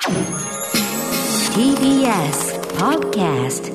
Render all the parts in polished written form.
TBS Podcast。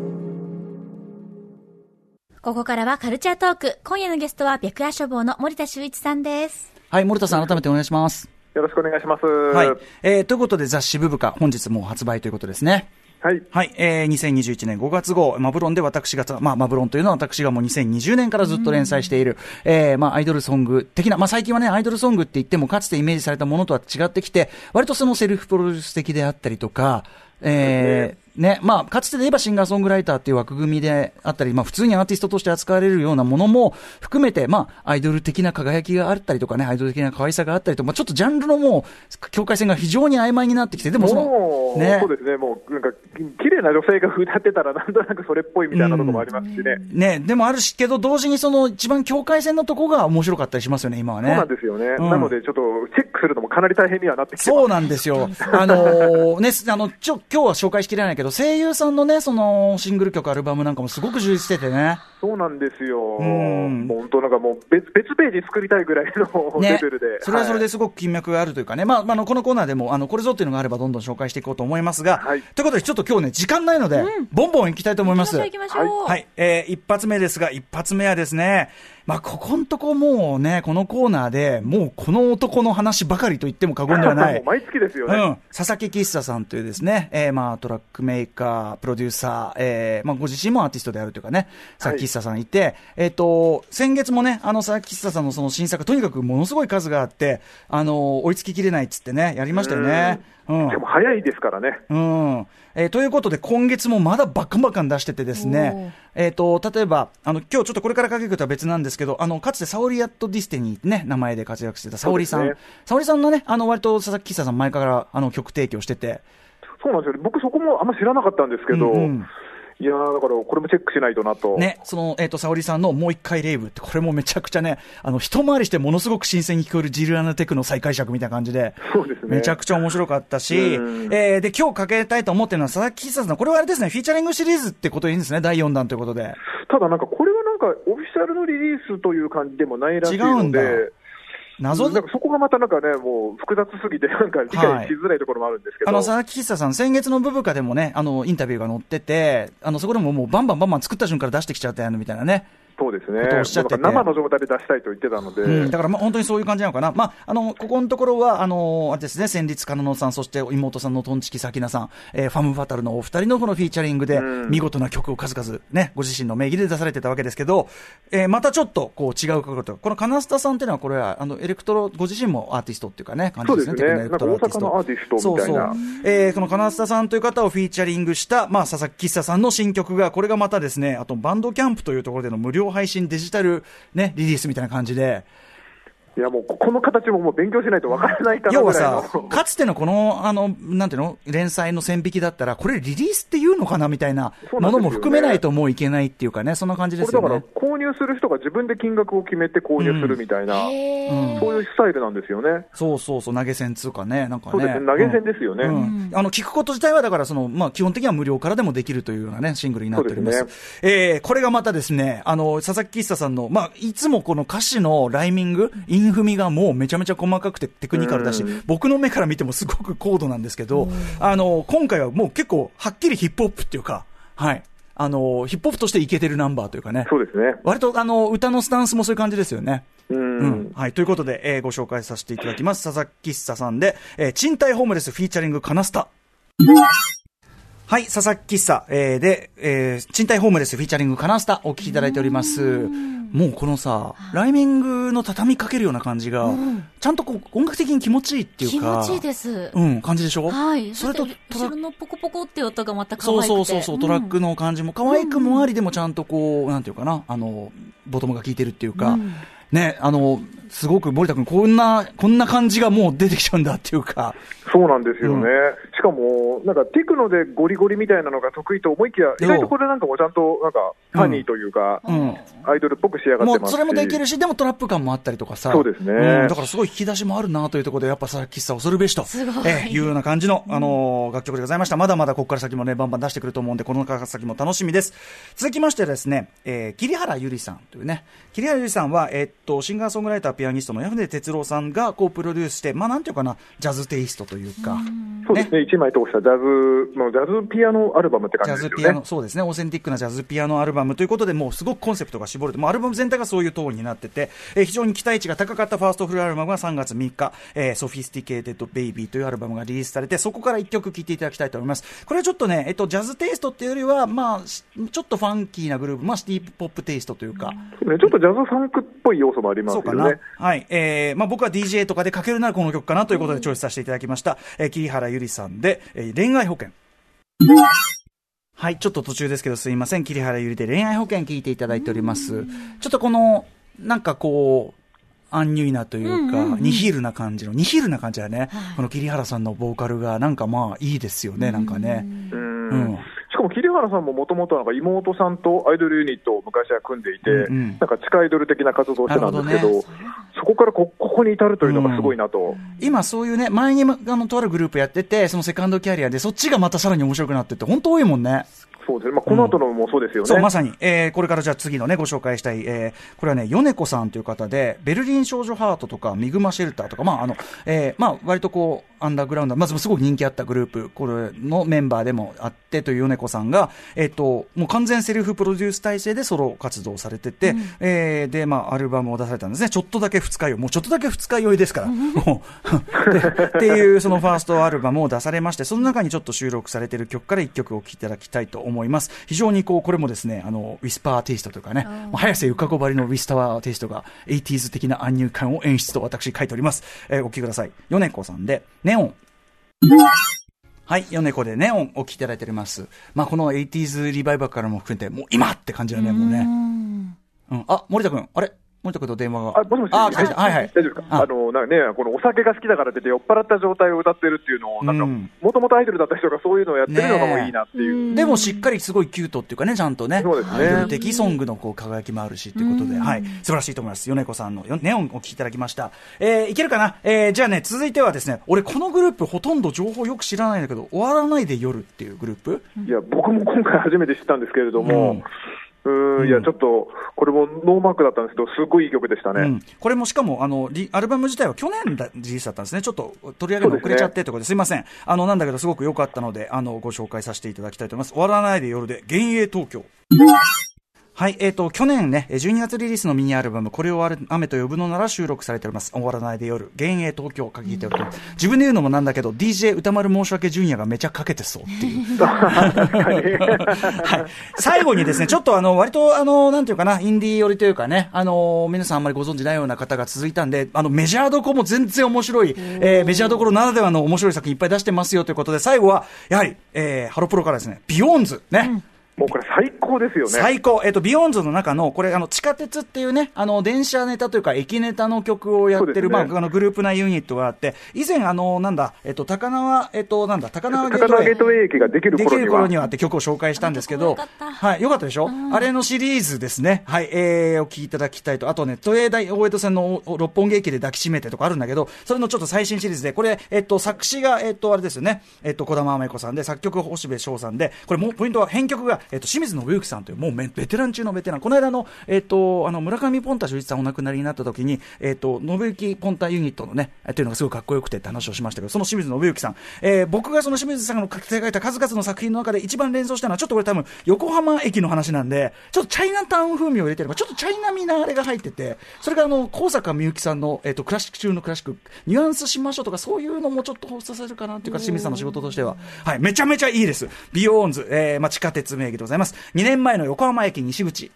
ここからはカルチャートーク。今夜のゲストは白夜書房の森田修一さんです。 はい、森田さん改めてお願いします。 よろしくお願いします。 はい、ということで雑誌ブブカ本日もう発売ということですね。 はい。 はい、2021年5月号、マブロンで私が、マブロンというのは私がもう2020年からずっと連載している、アイドルソング的な、最近はね、アイドルソングって言ってもかつてイメージされたものとは違ってきて、割とそのセルフプロデュース的であったりとか、かつてで言えばシンガーソングライターっていう枠組みであったり、普通にアーティストとして扱われるようなものも含めて、アイドル的な輝きがあったりとかね、アイドル的な可愛さがあったりとか、ちょっとジャンルのもう、境界線が非常に曖昧になってきて、でもそうですね、もう、なんか、綺麗な女性が歌ってたら、なんとなくそれっぽいみたいなところもありますしね。 でもあるしけど、同時にその一番境界線のとこが面白かったりしますよね、今はね。 そうなんですよね。なので、ちょっと、チェックするのもかなり大変にはなってきてます。 そうなんですよ。今日は紹介しきれないけど、声優さんのね、そのシングル曲、アルバムなんかもすごく充実しててね。 そうなんですよ。もう本当なんかもう別ページ作りたいぐらいのレベルで、 それはそれですごく金脈があるというかね、このコーナーでもこれぞっていうのがあればどんどん紹介していこうと思いますが、ということでちょっと今日ね時間ないので、ボンボンいきたいと思います。 行きましょう。 はい、一発目ですが、一発目はですね、ここんとこもうね、このコーナーでもうこの男の話ばかりと言っても過言ではない。 もう毎月ですよね。 佐々木喫茶さんというですね、トラックメーカー、プロデューサー、ご自身もアーティストであるというかね、佐々木喫茶さんいて、先月もね、佐々木喫茶さんのその新作、とにかくものすごい数があって、追いつききれないっつってね、やりましたよね。 でも早いですからね。 ということで今月もまだバカバカ出しててですね、例えば今日ちょっとこれからかけることは別なんですけど、かつてサオリアットディスティニーってね名前で活躍してた沙織さん、沙織さんのね割と佐々木喫茶さん前から曲提供してて、 そうなんですよね。僕そこもあんま知らなかったんですけど、いやだからこれもチェックしないとなと。 ね、その沙織さんのもう一回レイブって、これもめちゃくちゃね、一回りしてものすごく新鮮に聞こえるジルアナテクの再解釈みたいな感じで、 そうですね。 めちゃくちゃ面白かったし、で今日かけたいと思ってるのは佐々木喫茶さん、これはあれですね、フィーチャリングシリーズってことでいいんですね、第4弾ということで。 ただなんかこれはなんかオフィシャルのリリースという感じでもないらしいので。なんかそこがまたなんかね、もう複雑すぎてなんか理解しづらいところもあるんですけど、 佐々木喫茶さん先月のブブカでもね、インタビューが載ってて、そこでももうバンバン作った瞬間から出してきちゃったやんみたいなね。 そうですね。生の状態で出したいと言ってたので、 だから本当にそういう感じなのかな。ここのところはあれですね、戦慄かなのさん、そして妹さんのトンチキサキナさん、ファムファタルのお二人のこのフィーチャリングで見事な曲を数々ね、ご自身の名義で出されてたわけですけど、またちょっとこう違うこと、このカナスタさんっていうのはこれはエレクトロ、ご自身もアーティストっていうかね、感じですね。 そうですね。なんか大阪のアーティストみたいな。 このカナスタさんという方をフィーチャリングした、佐々木喫茶さんの新曲が、これがまたですね、あとバンドキャンプというところでの無料配信デジタルね、リリースみたいな感じで、 いやもうこの形ももう勉強しないとわからないかな要ぐらいの。 はさ、かつてのこのなんていうの、連載の線引きだったらこれリリースっていうのかなみたいなものも含めないともういけないっていうかね、そんな感じですよね。 これだから購入する人が自分で金額を決めて購入するみたいな、そういうスタイルなんですよね。 そう投げ銭つうかね、なんかね。 そうですね、投げ銭ですよね。 聞くこと自体はだから基本的には無料からでもできるというようなねシングルになっております。これがまたですね、佐々木喫茶さんのいつもこの歌詞のライミング、インフミがもうめちゃめちゃ細かくてテクニカルだし、僕の目から見てもすごく高度なんですけど、今回はもう結構はっきりヒップホップっていうか、はい、ヒップホップとしてイケてるナンバーというかね。 そうですね。 割と歌のスタンスもそういう感じですよね。はい、ということで、ご紹介させていただきます。佐々木喫茶さんで、賃貸ホームレスフィーチャリングカナスタ。はい、佐々木喫茶、で、賃貸ホームレスフィーチャリングカナスタお聞きいただいております。もうこのさ、ライミングの畳みかけるような感じが、ちゃんとこう音楽的に気持ちいいっていうか、 気持ちいいです。 感じでしょ。 はい。 それと後ろのポコポコって音がまた可愛くて、 そうトラックの感じも可愛くもあり、でもちゃんとこうなんていうかな、ボトムが効いてるっていうか、ね、すごく森田君こんな感じがもう出てきちゃうんだっていうか。 そうなんですよね。しかもなんかテクノでゴリゴリみたいなのが得意と思いきや、意外とこれなんかもちゃんとなんかファニーというか、アイドルっぽく仕上がってますし、 もうそれもできるし、でもトラップ感もあったりとかさ。 そうですね。 だからすごい引き出しもあるなというところで、やっぱ佐々木喫茶恐るべしというような感じの楽曲でございました。まだまだここから先もねバンバン出してくると思うんで、このから先も楽しみです。続きましてですね、桐原ゆりさんというね、桐原ゆりさんはシンガーソングライターピアニストの矢船哲郎さんがこうプロデュースして、まあなんていうかな、ジャズテイストというか、 そうですね、1枚通したジャズピアノアルバムって感じですよね。 ジャズピアノ、そうですね、オーセンティックなジャズピアノアルバムということで、もうすごくコンセプトが絞れて、もうアルバム全体がそういうトーンになってて、非常に期待値が高かったファーストフルアルバムが3月3日、ソフィスティケーテッドベイビーというアルバムがリリースされて、そこから1曲聴いていただきたいと思います。これはちょっとね、ジャズテイストっていうよりは、まあちょっとファンキーなグループ、まあシティポップテイストというか、 ちょっとジャズファンクっぽい要素もありますよね。 そうかな。はい。まあ僕は DJ とかでかけるならこの曲かなということでチョイスさせていただきました。桐原ゆりさんで、恋愛保険。はい、ちょっと途中ですけどすいません。桐原ゆりで恋愛保険聞いていただいております。ちょっとこの、なんかこう、アンニュイなというか、ニヒルな感じだね、この桐原さんのボーカルがなんかまあいいですよね、なんかね。 しかも桐原さんももともと妹さんとアイドルユニットを昔は組んでいて、なんか地下アイドル的な活動をしてたんですけど、そこからここに至るというのがすごいなと。 今そういうね、前にとあるグループやってて、そのセカンドキャリアでそっちがまたさらに面白くなってって本当多いもんね。 そうですね。まあ、この後のもそうですよね。 そう、まさに。これからじゃあ次のね、ご紹介したい、これはね、米子さんという方で、ベルリン少女ハートとか、ミグマシェルターとか、まあ、割とこう、アンダーグラウンド、まずすごく人気あったグループ、これのメンバーでもあってという米子さんが、もう完全セルフプロデュース体制でソロ活動されてて、で、まあ、アルバムを出されたんですね。ちょっとだけ二日酔い、もうちょっとだけ二日酔いですから、もうっていう、そのファーストアルバムを出されまして、その中にちょっと収録されている曲から一曲お聴きいただきたいと思います。非常にこれもですね、ウィスパーテイストというかね、早瀬ゆか子ばりのウィスパーテイストが 80s 的なアンニュイ感を演出と私書いております。お聴きください。米子さんでネオン。はい、米子でネオンお聴きいただいております。まあこの 80s リバイバルからも含めて、もう今って感じだね、もうね。あ、森田くん、あれ森田君と電話が。 もしもし。 はいはい。 大丈夫ですか。なんかね、このお酒が好きだからって酔っ払った状態を歌ってるっていうのを、なんか、もともとアイドルだった人がそういうのをやってるのがもういいなっていう。 でもしっかりすごいキュートっていうかね、ちゃんとね。 そうですね。 アイドル的ソングのこう輝きもあるしっていうことで、はい。素晴らしいと思います。米子さんのネオンお聴きいただきました。いけるかな。じゃあね、続いてはですね、俺このグループほとんど情報よく知らないんだけど、終わらないで夜っていうグループ？ いや、僕も今回初めて知ったんですけれども、いや、ちょっと、これもノーマークだったんですけど、すごいいい曲でしたね。 これもしかも、アルバム自体は去年リリースだったんですね。ちょっと取り上げるの遅れちゃってということですいません。なんだけどすごく良かったので、ご紹介させていただきたいと思います。終わらないで夜で、幻影東京。はい、去年ね、12月リリースのミニアルバム、これを雨と呼ぶのなら収録されております。終わらないで夜、幻影東京をかけております。自分で言うのもなんだけど、DJ 歌丸申し訳ジュニアがめちゃかけてそうっていう。はい。最後にですね、ちょっと割となんていうかな、インディー寄りというかね、皆さんあんまりご存知ないような方が続いたんで、メジャーどころも全然面白い、メジャーどころならではの面白い作品いっぱい出してますよということで、最後は、やはり、ハロプロからですね、ビヨーンズ、ね。 もうこれ最高ですよね。 最高。ビヨーンズの中の、これ地下鉄っていうね、電車ネタというか駅ネタの曲をやってる、まあ、グループ内ユニットがあって、以前なんだ、高輪ゲートウェイ駅ができる頃にはって曲を紹介したんですけど、はい、よかったでしょ？あれのシリーズですね。はい、お聴きいただきたいと。あとね、都営大大江戸線の六本木駅で抱きしめてとかあるんだけど、それのちょっと最新シリーズで、これ、作詞が、あれですよね、小玉甘子さんで、作曲星部翔さんで、これもポイントは編曲が、清水信之さんというもうベテラン中のベテラン。この間村上ポンタ秀一さんお亡くなりになった時に、信之ポンタユニットのね、というのがすごいかっこよくてって話をしましたけど、その清水信之さん、僕がその清水さんの書いた数々の作品の中で一番連想したのは、ちょっとこれ多分横浜駅の話なんで、ちょっとチャイナタウン風味を入れてれば、ちょっとチャイナミなあれが入ってて、それから高坂みゆきさんの、クラシック中のクラシック、ニュアンスしましょうとか、そういうのもちょっと放送させるかなっていうか、清水さんの仕事としては。はい、めちゃめちゃいいです。ビヨーンズ、地下鉄名義でございます。2年前の横浜駅西口。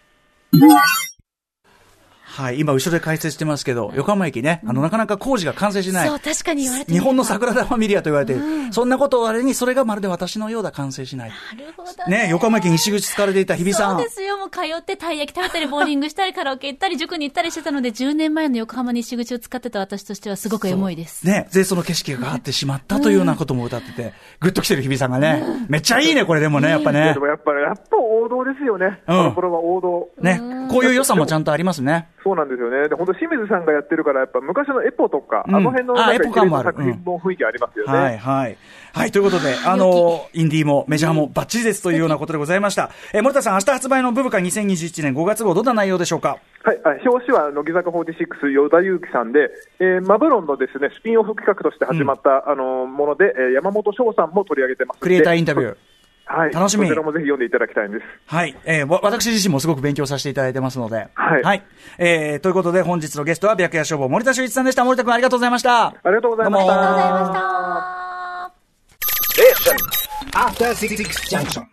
はい、今後ろで解説してますけど、横浜駅ね、なかなか工事が完成しない。 そう、確かに言われて日本の桜田ファミリアと言われている。そんなことをあれに、それがまるで私のようだ、完成しない。 なるほどね。 横浜駅西口使われていた日比さん。 そうですよ、もう通ってたい焼き食べたり、ボーリングしたり、カラオケ行ったり、塾に行ったりしてたので、10年前の横浜西口を使ってた私としてはすごくエモいです。 ね、で、その景色が変わってしまったというようなことも歌ってて、グッと来てる日比さんがね、めっちゃいいね、これでもね、やっぱね。 でもやっぱ王道ですよね。これは王道。 ね、こういう良さもちゃんとありますね。 そうなんですよね。で、本当清水さんがやってるから、やっぱ昔のエポとか、あの辺のエポ感もある作品の雰囲気ありますよね。 はいはい。はい、ということで、インディーもメジャーもバッチリですというようなことでございました。森田さん、明日発売のブブカ2021年5月号、どんな内容でしょうか？ はい、表紙は乃木坂46、与田祐希さんで、マブロンのですね、スピンオフ企画として始まった、もので、山本翔さんも取り上げてます。 クリエイターインタビュー。 はい。 楽しみ。 こちらもぜひ読んでいただきたいんです。 はい。私自身もすごく勉強させていただいてますので。 はい。 はい。ということで、本日のゲストは白夜消防森田修一さんでした。森田君ありがとうございました。 ありがとうございました。 ありがとうございました。